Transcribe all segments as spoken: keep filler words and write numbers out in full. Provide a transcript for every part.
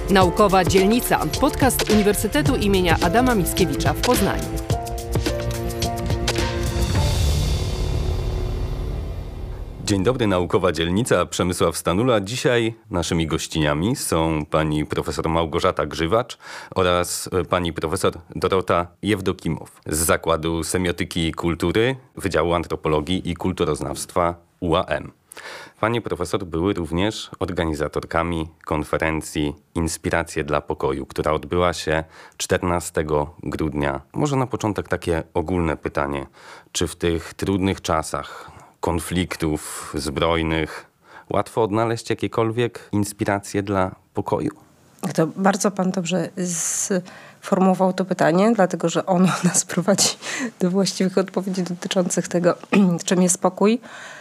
Naukowa Dzielnica. Podcast Uniwersytetu imienia Adama Mickiewicza w Poznaniu. Dzień dobry, Naukowa Dzielnica, Przemysław Stanula. Dzisiaj naszymi gościniami są pani profesor Małgorzata Grzywacz oraz pani profesor Dorota Jewdokimow z Zakładu Semiotyki i Kultury Wydziału Antropologii i Kulturoznawstwa U A M. Panie profesor były również organizatorkami konferencji Inspiracje dla Pokoju, która odbyła się czternastego grudnia. Może na początek takie ogólne pytanie. Czy w tych trudnych czasach konfliktów zbrojnych łatwo odnaleźć jakiekolwiek inspiracje dla pokoju? To bardzo pan dobrze sformułował to pytanie, dlatego że ono nas prowadzi do właściwych odpowiedzi dotyczących tego, czym jest pokój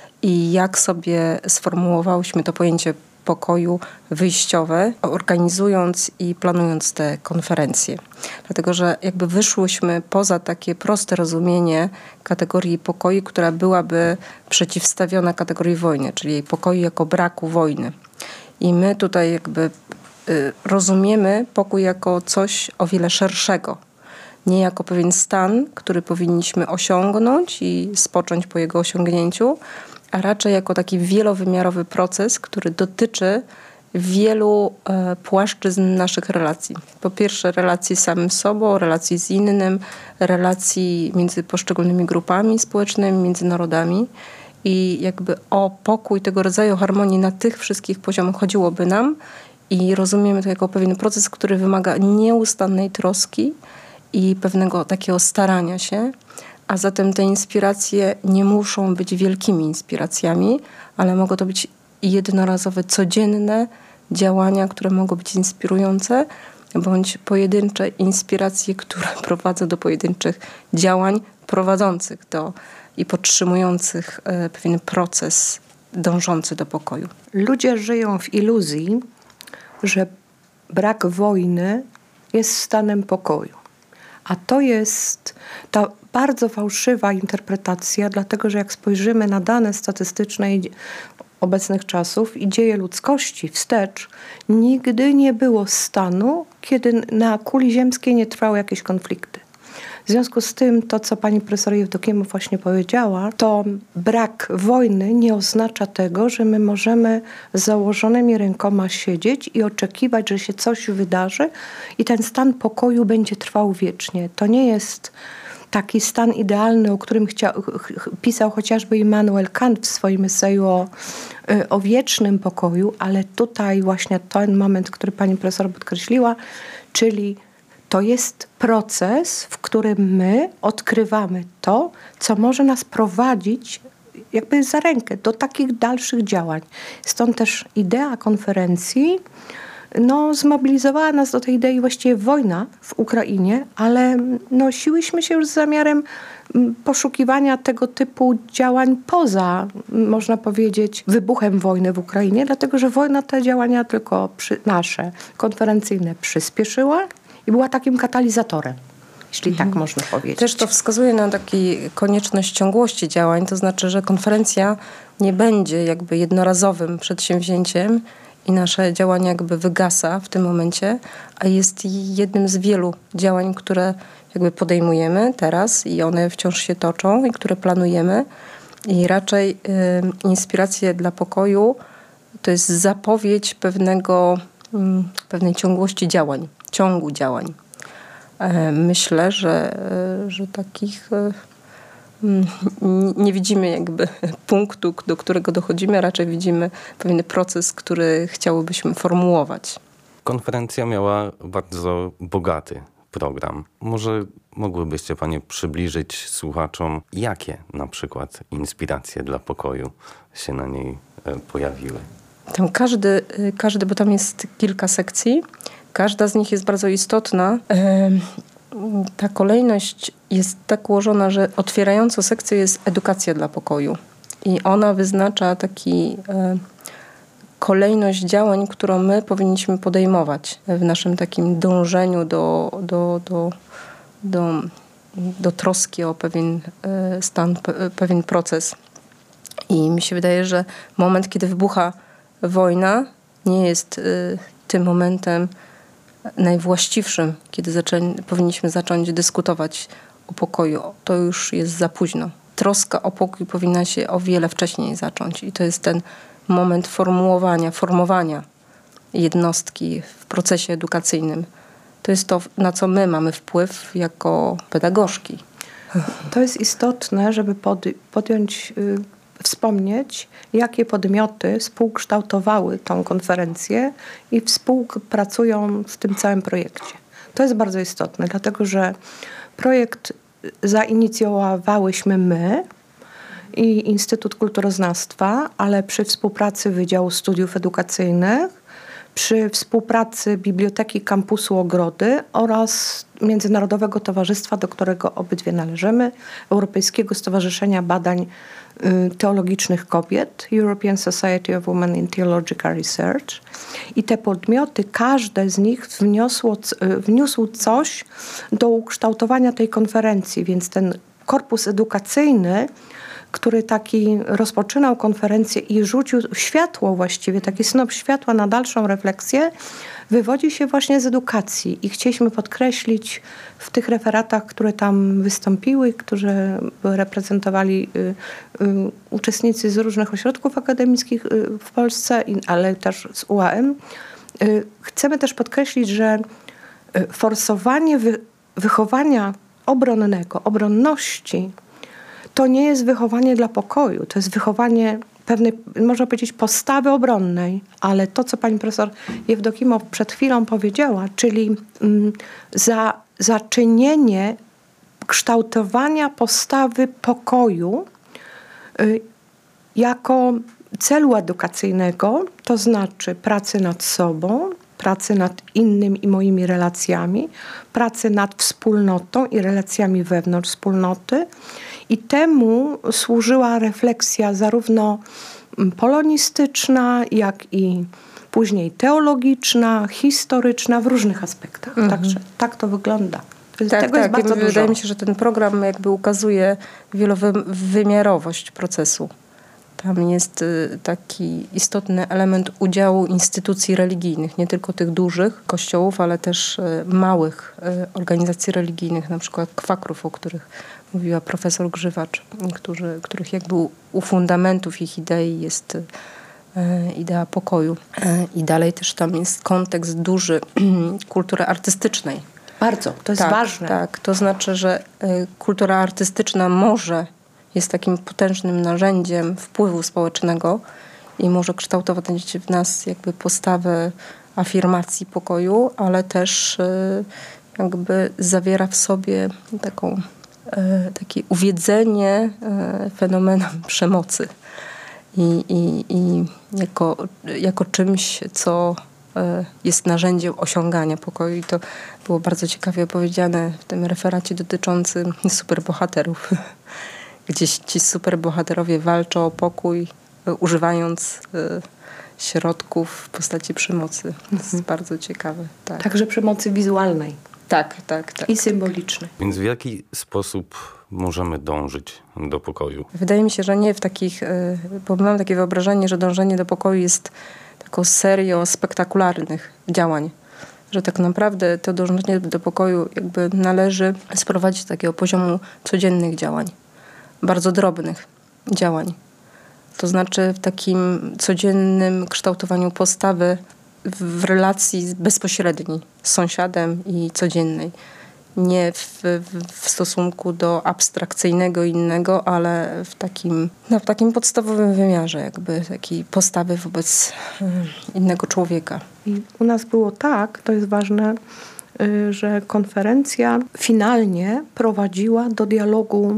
i jak sobie sformułowałyśmy to pojęcie pokoju wyjściowe, organizując i planując te konferencje. Dlatego, że jakby wyszłyśmy poza takie proste rozumienie kategorii pokoju, która byłaby przeciwstawiona kategorii wojny, czyli pokoju jako braku wojny. I my tutaj jakby y, rozumiemy pokój jako coś o wiele szerszego. Nie jako pewien stan, który powinniśmy osiągnąć i spocząć po jego osiągnięciu, a raczej jako taki wielowymiarowy proces, który dotyczy wielu e, płaszczyzn naszych relacji. Po pierwsze relacji z samym sobą, relacji z innym, relacji między poszczególnymi grupami społecznymi, między narodami. I jakby o pokój tego rodzaju harmonii na tych wszystkich poziomach chodziłoby nam i rozumiemy to jako pewien proces, który wymaga nieustannej troski i pewnego takiego starania się. A zatem te inspiracje nie muszą być wielkimi inspiracjami, ale mogą to być jednorazowe, codzienne działania, które mogą być inspirujące, bądź pojedyncze inspiracje, które prowadzą do pojedynczych działań prowadzących do i podtrzymujących e, pewien proces dążący do pokoju. Ludzie żyją w iluzji, że brak wojny jest stanem pokoju. A to jest ta bardzo fałszywa interpretacja, dlatego że jak spojrzymy na dane statystyczne obecnych czasów i dzieje ludzkości wstecz, nigdy nie było stanu, kiedy na kuli ziemskiej nie trwały jakieś konflikty. W związku z tym, to co pani profesor Jewdokimow właśnie powiedziała, to brak wojny nie oznacza tego, że my możemy z założonymi rękoma siedzieć i oczekiwać, że się coś wydarzy i ten stan pokoju będzie trwał wiecznie. To nie jest taki stan idealny, o którym chcia, ch, pisał chociażby Immanuel Kant w swoim eseju o, o wiecznym pokoju, ale tutaj właśnie ten moment, który pani profesor podkreśliła, czyli to jest proces, w którym my odkrywamy to, co może nas prowadzić jakby za rękę do takich dalszych działań. Stąd też idea konferencji no, zmobilizowała nas do tej idei właściwie wojna w Ukrainie, ale nosiłyśmy się już z zamiarem poszukiwania tego typu działań poza, można powiedzieć, wybuchem wojny w Ukrainie, dlatego że wojna te działania tylko przy, nasze konferencyjne przyspieszyła i była takim katalizatorem, jeśli mhm. tak można powiedzieć. Też to wskazuje na taką konieczność ciągłości działań, to znaczy, że konferencja nie będzie jakby jednorazowym przedsięwzięciem i nasze działanie jakby wygasa w tym momencie, a jest jednym z wielu działań, które jakby podejmujemy teraz i one wciąż się toczą i które planujemy. I raczej y, inspiracje dla pokoju to jest zapowiedź pewnego, y, pewnej ciągłości działań. ciągu działań. Myślę, że, że takich nie widzimy jakby punktu, do którego dochodzimy, a raczej widzimy pewien proces, który chciałybyśmy formułować. Konferencja miała bardzo bogaty program. Może mogłybyście panie przybliżyć słuchaczom, jakie na przykład inspiracje dla pokoju się na niej pojawiły? Tam każdy, każdy, bo tam jest kilka sekcji, każda z nich jest bardzo istotna. Ta kolejność jest tak ułożona, że otwierającą sekcją jest edukacja dla pokoju. I ona wyznacza taki kolejność działań, którą my powinniśmy podejmować w naszym takim dążeniu do, do, do, do, do troski o pewien stan, pewien proces. I mi się wydaje, że moment, kiedy wybucha wojna, nie jest tym momentem najwłaściwszym, kiedy zaczę- powinniśmy zacząć dyskutować o pokoju, to już jest za późno. Troska o pokój powinna się o wiele wcześniej zacząć i to jest ten moment formułowania, formowania jednostki w procesie edukacyjnym. To jest to, na co my mamy wpływ jako pedagogzki. To jest istotne, żeby pod- podjąć, y, wspomnieć, jakie podmioty współkształtowały tą konferencję i współpracują w tym całym projekcie. To jest bardzo istotne, dlatego że projekt zainicjowałyśmy my i Instytut Kulturoznawstwa, ale przy współpracy Wydziału Studiów Edukacyjnych, przy współpracy Biblioteki Kampusu Ogrody oraz Międzynarodowego Towarzystwa, do którego obydwie należymy, Europejskiego Stowarzyszenia Badań Teologicznych Kobiet, European Society of Women in Theological Research. I te podmioty, każde z nich wniosło, wniósł coś do ukształtowania tej konferencji, więc ten korpus edukacyjny, który taki rozpoczynał konferencję i rzucił światło właściwie, taki snop światła na dalszą refleksję, wywodzi się właśnie z edukacji. I chcieliśmy podkreślić w tych referatach, które tam wystąpiły, którzy reprezentowali y, y, uczestnicy z różnych ośrodków akademickich y, w Polsce, ale też z U A M. Y, chcemy też podkreślić, że y, forsowanie wy, wychowania obronnego, obronności, to nie jest wychowanie dla pokoju, to jest wychowanie pewnej, można powiedzieć, postawy obronnej, ale to, co pani profesor Jewdokimow przed chwilą powiedziała, czyli mm, za, zaczynienie kształtowania postawy pokoju y, jako celu edukacyjnego, to znaczy pracy nad sobą, pracy nad innym i moimi relacjami, pracy nad wspólnotą i relacjami wewnątrz wspólnoty. I temu służyła refleksja zarówno polonistyczna, jak i później teologiczna, historyczna w różnych aspektach. Mhm. Także tak to wygląda. Tak, Tego tak. jest bardzo Wydaje dużo. mi się, że ten program jakby ukazuje wielowymiarowość procesu. Tam jest taki istotny element udziału instytucji religijnych, nie tylko tych dużych kościołów, ale też małych organizacji religijnych, na przykład kwakrów, o których mówiła profesor Grzywacz, którzy, których jakby u fundamentów ich idei jest idea pokoju. I dalej też tam jest kontekst duży kultury artystycznej. Bardzo, to jest tak, ważne. Tak, to znaczy, że kultura artystyczna może jest takim potężnym narzędziem wpływu społecznego i może kształtować w nas jakby postawę afirmacji pokoju, ale też jakby zawiera w sobie taką, takie uwiedzenie fenomenem przemocy i, i, i jako, jako czymś, co jest narzędziem osiągania pokoju. I to było bardzo ciekawie opowiedziane w tym referacie dotyczącym superbohaterów. Gdzieś ci superbohaterowie walczą o pokój, używając y, środków w postaci przemocy. To jest mhm. bardzo ciekawe. Tak. Także przemocy wizualnej. Tak, tak, tak. I symbolicznej. Więc w jaki sposób możemy dążyć do pokoju? Wydaje mi się, że nie w takich, y, bo mam takie wyobrażenie, że dążenie do pokoju jest taką serią spektakularnych działań. Że tak naprawdę to dążenie do pokoju jakby należy sprowadzić do takiego poziomu codziennych działań. Bardzo drobnych działań. To znaczy w takim codziennym kształtowaniu postawy w relacji bezpośredniej z sąsiadem i codziennej. Nie w, w stosunku do abstrakcyjnego innego, ale w takim, no, w takim podstawowym wymiarze jakby takiej postawy wobec innego człowieka. I u nas było tak, to jest ważne, że konferencja finalnie prowadziła do dialogu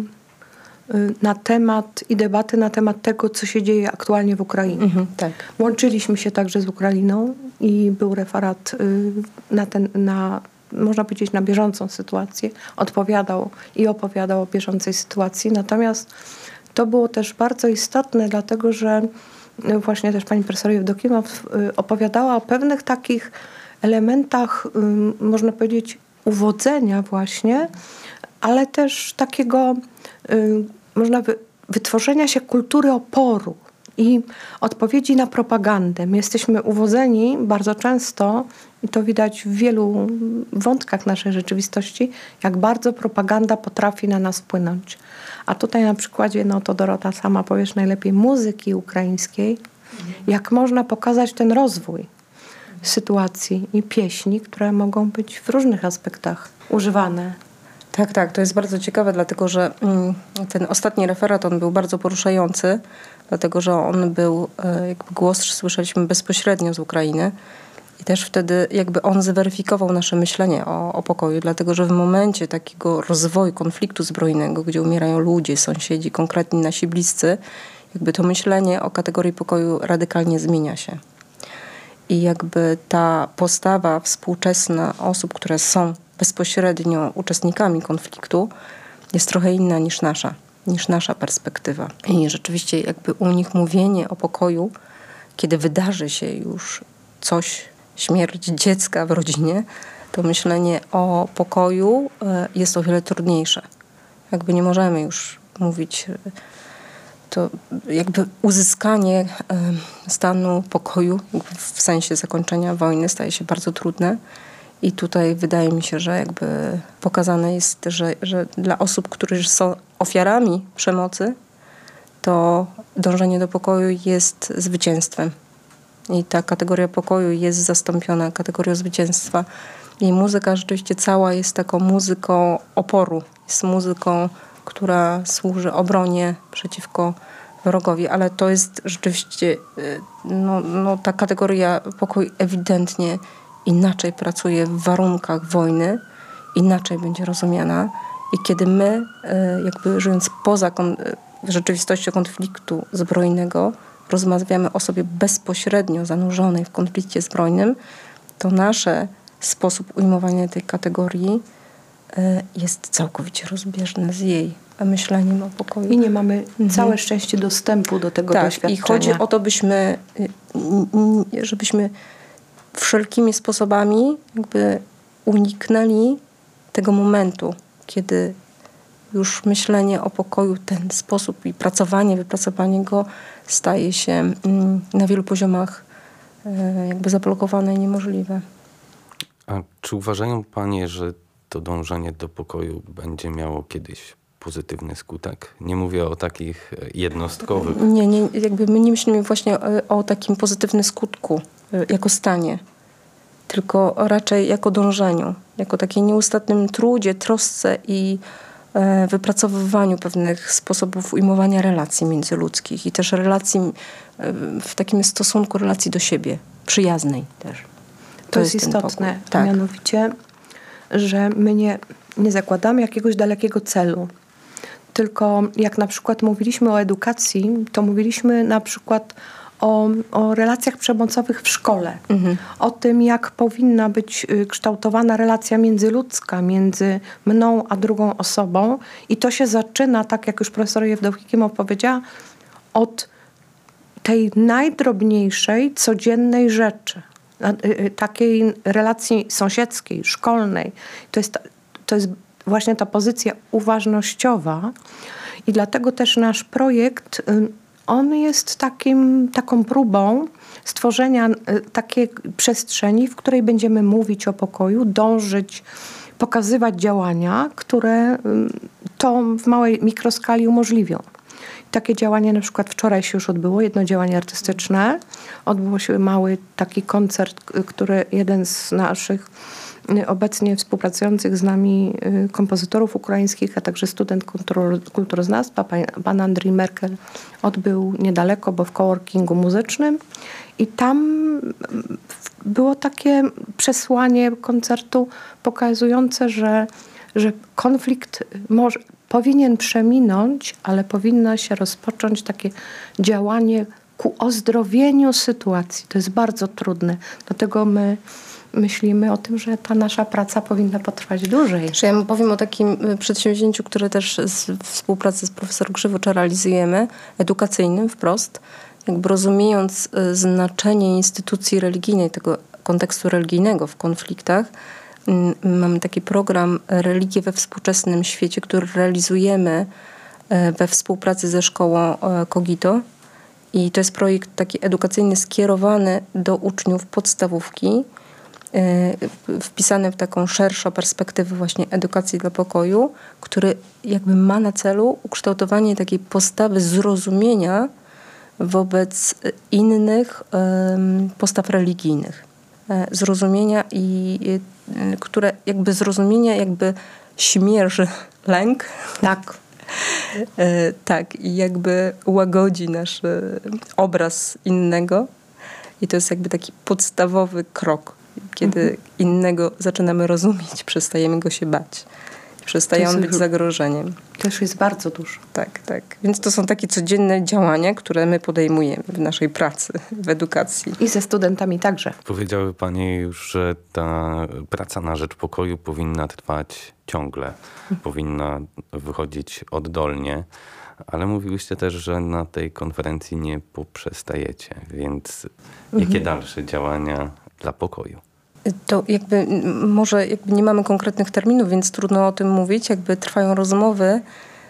na temat i debaty na temat tego, co się dzieje aktualnie w Ukrainie. Mhm, tak. Łączyliśmy się także z Ukrainą i był referat na ten, na, można powiedzieć, na bieżącą sytuację. Odpowiadał i opowiadał o bieżącej sytuacji. Natomiast to było też bardzo istotne, dlatego że właśnie też pani profesor Jewdokimow opowiadała o pewnych takich elementach, można powiedzieć, uwodzenia właśnie, ale też takiego, można by, wytworzenia się kultury oporu. i odpowiedzi na propagandę. My jesteśmy uwodzeni bardzo często, i to widać w wielu wątkach naszej rzeczywistości, jak bardzo propaganda potrafi na nas wpłynąć. A tutaj na przykładzie, no to Dorota sama powiesz najlepiej, muzyki ukraińskiej, jak można pokazać ten rozwój sytuacji i pieśni, które mogą być w różnych aspektach używane. Tak, tak, to jest bardzo ciekawe, dlatego że ten ostatni referat, on był bardzo poruszający, dlatego że on był, jakby głos słyszeliśmy bezpośrednio z Ukrainy i też wtedy jakby on zweryfikował nasze myślenie o, o pokoju, dlatego że w momencie takiego rozwoju konfliktu zbrojnego, gdzie umierają ludzie, sąsiedzi, konkretni nasi bliscy, jakby to myślenie o kategorii pokoju radykalnie zmienia się. I jakby ta postawa współczesna osób, które są bezpośrednio uczestnikami konfliktu, jest trochę inna niż nasza, niż nasza perspektywa. I rzeczywiście jakby u nich mówienie o pokoju, kiedy wydarzy się już coś, śmierć dziecka w rodzinie, to myślenie o pokoju jest o wiele trudniejsze. Jakby nie możemy już mówić, to jakby uzyskanie stanu pokoju w sensie zakończenia wojny staje się bardzo trudne. I tutaj wydaje mi się, że jakby pokazane jest, że, że dla osób, które są ofiarami przemocy, to dążenie do pokoju jest zwycięstwem. I ta kategoria pokoju jest zastąpiona kategorią zwycięstwa. I muzyka rzeczywiście cała jest taką muzyką oporu. Jest muzyką, która służy obronie przeciwko wrogowi. Ale to jest rzeczywiście, no, no ta kategoria pokoju ewidentnie inaczej pracuje w warunkach wojny, inaczej będzie rozumiana. I kiedy my, jakby żyjąc poza kon- rzeczywistością konfliktu zbrojnego, rozmawiamy o sobie bezpośrednio zanurzonej w konflikcie zbrojnym, to nasz sposób ujmowania tej kategorii jest całkowicie rozbieżny z jej myśleniem o pokoju. I nie mamy mhm. całe szczęście dostępu do tego tak, doświadczenia. I chodzi o to, byśmy, żebyśmy wszelkimi sposobami jakby uniknęli tego momentu, kiedy już myślenie o pokoju w ten sposób i pracowanie, wypracowanie go staje się na wielu poziomach jakby zablokowane i niemożliwe. A czy uważają panie, że to dążenie do pokoju będzie miało kiedyś pozytywny skutek? Nie mówię o takich jednostkowych. Nie, nie, jakby my nie myślimy właśnie o, o takim pozytywnym skutku jako stanie, tylko raczej jako dążeniu, jako takiej nieustannym trudzie, trosce i e, wypracowywaniu pewnych sposobów ujmowania relacji międzyludzkich i też relacji e, w takim stosunku relacji do siebie, przyjaznej też. To, to jest, jest istotne, tak. Mianowicie, że my nie, nie zakładamy jakiegoś dalekiego celu. Tylko jak na przykład mówiliśmy o edukacji, to mówiliśmy na przykład o, o relacjach przemocowych w szkole. Mhm. O tym, jak powinna być kształtowana relacja międzyludzka między mną a drugą osobą. I to się zaczyna, tak jak już profesor Jewdochimov powiedziała, od tej najdrobniejszej, codziennej rzeczy. Takiej relacji sąsiedzkiej, szkolnej. To jest, to jest właśnie ta pozycja uważnościowa i dlatego też nasz projekt, on jest takim, taką próbą stworzenia takiej przestrzeni, w której będziemy mówić o pokoju, dążyć, pokazywać działania, które to w małej mikroskali umożliwią. Takie działanie na przykład wczoraj się już odbyło, jedno działanie artystyczne. Odbyło się mały taki koncert, który jeden z naszych obecnie współpracujących z nami kompozytorów ukraińskich, a także student kultur- kulturoznawstwa, pan, pan Andrzej Merkel, odbył niedaleko, bo w coworkingu muzycznym. I tam było takie przesłanie koncertu pokazujące, że, że konflikt może, powinien przeminąć, ale powinno się rozpocząć takie działanie ku ozdrowieniu sytuacji. To jest bardzo trudne. Dlatego my myślimy o tym, że ta nasza praca powinna potrwać dłużej. Ja powiem o takim przedsięwzięciu, które też w współpracy z profesor Grzywocz realizujemy, edukacyjnym wprost, jakby rozumiejąc znaczenie instytucji religijnej, tego kontekstu religijnego w konfliktach. Mamy taki program Religie we współczesnym świecie, który realizujemy we współpracy ze szkołą Kogito I to jest projekt taki edukacyjny skierowany do uczniów podstawówki, wpisany w taką szerszą perspektywę właśnie edukacji dla pokoju, który jakby ma na celu ukształtowanie takiej postawy zrozumienia wobec innych postaw religijnych. Zrozumienia i które jakby zrozumienia jakby śmierzy lęk. Tak. Tak, i jakby łagodzi nasz obraz innego. I to jest jakby taki podstawowy krok. Kiedy mhm. innego zaczynamy rozumieć, przestajemy go się bać. Przestaje być zagrożeniem. Też jest bardzo dużo. Tak, tak. Więc to są takie codzienne działania, które my podejmujemy w naszej pracy, w edukacji. I ze studentami także. Powiedziały Panie już, że ta praca na rzecz pokoju powinna trwać ciągle. Hmm. Powinna wychodzić oddolnie. Ale mówiłyście też, że na tej konferencji nie poprzestajecie. Więc mhm. jakie dalsze działania dla pokoju? To jakby może jakby nie mamy konkretnych terminów, więc trudno o tym mówić. Jakby trwają rozmowy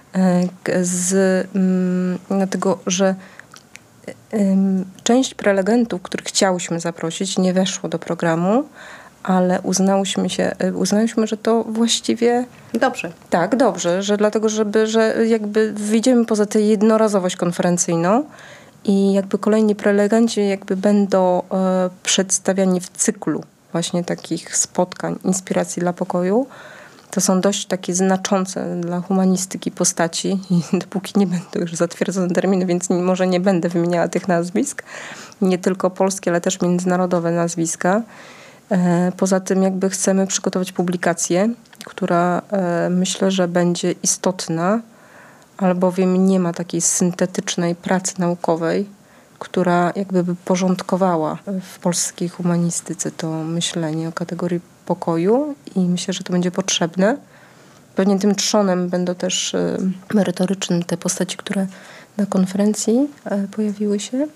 z, dlatego, że część prelegentów, których chciałyśmy zaprosić, nie weszło do programu, ale uznałyśmy się, uznałyśmy, że to właściwie... Dobrze. Tak, dobrze, że dlatego, żeby, że jakby wyjdziemy poza tę jednorazowość konferencyjną i jakby kolejni prelegenci jakby będą e, przedstawiani w cyklu właśnie takich spotkań, inspiracji dla pokoju. To są dość takie znaczące dla humanistyki postaci i dopóki nie będą już zatwierdzone terminy, więc nie, może nie będę wymieniała tych nazwisk. Nie tylko polskie, ale też międzynarodowe nazwiska. E, poza tym jakby chcemy przygotować publikację, która e, myślę, że będzie istotna, albowiem nie ma takiej syntetycznej pracy naukowej, która jakby by porządkowała w polskiej humanistyce to myślenie o kategorii pokoju i myślę, że to będzie potrzebne. Pewnie tym trzonem będą też y, merytoryczne te postaci, które na konferencji y, pojawiły się.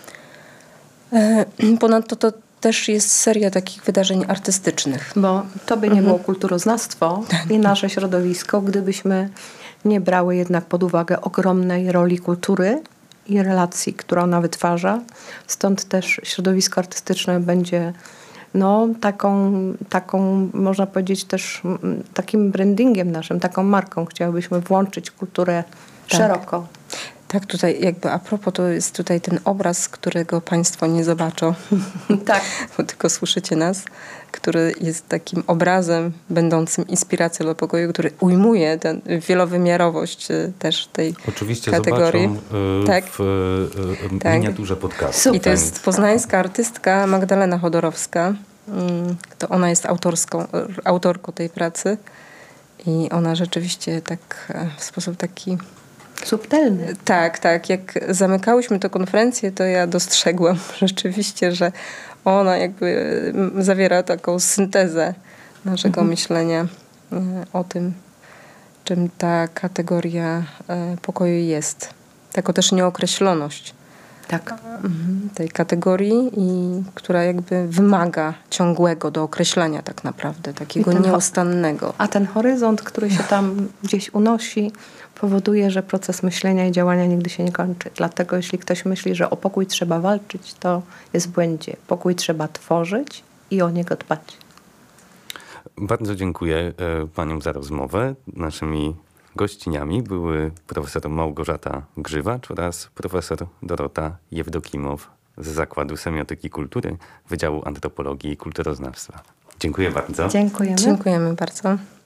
Y, ponadto to też jest seria takich wydarzeń artystycznych. Bo to by nie mhm. było kulturoznawstwo i nasze środowisko, gdybyśmy nie brały jednak pod uwagę ogromnej roli kultury i relacji, którą ona wytwarza. Stąd też środowisko artystyczne będzie no, taką, taką, można powiedzieć też takim brandingiem naszym, taką marką. Chciałybyśmy włączyć kulturę tak. szeroko. Tak, tutaj jakby a propos, to jest tutaj ten obraz, którego Państwo nie zobaczą. Tak. Bo tylko słyszycie nas, który jest takim obrazem będącym inspiracją dla pokoju, który ujmuje tę wielowymiarowość też tej Oczywiście kategorii. Zobaczą y, tak. w y, tak. miniaturze podcastu. Super. I to jest poznańska artystka Magdalena Chodorowska. To ona jest autorską, autorką tej pracy i ona rzeczywiście tak w sposób taki subtelny. Tak, tak. Jak zamykałyśmy tę konferencję, to ja dostrzegłam rzeczywiście, że ona jakby zawiera taką syntezę naszego mhm. myślenia o tym, czym ta kategoria pokoju jest. Taką też nieokreśloność tak. tej kategorii, i która jakby wymaga ciągłego do określania tak naprawdę, takiego nieustannego. A ten horyzont, który się tam gdzieś unosi, powoduje, że proces myślenia i działania nigdy się nie kończy. Dlatego jeśli ktoś myśli, że o pokój trzeba walczyć, to jest w błędzie. Pokój trzeba tworzyć i o niego dbać. Bardzo dziękuję paniom za rozmowę. Naszymi gościniami były profesor Małgorzata Grzywacz oraz profesor Dorota Jewdokimow z Zakładu Semiotyki Kultury Wydziału Antropologii i Kulturoznawstwa. Dziękuję bardzo. Dziękujemy. Dziękujemy bardzo.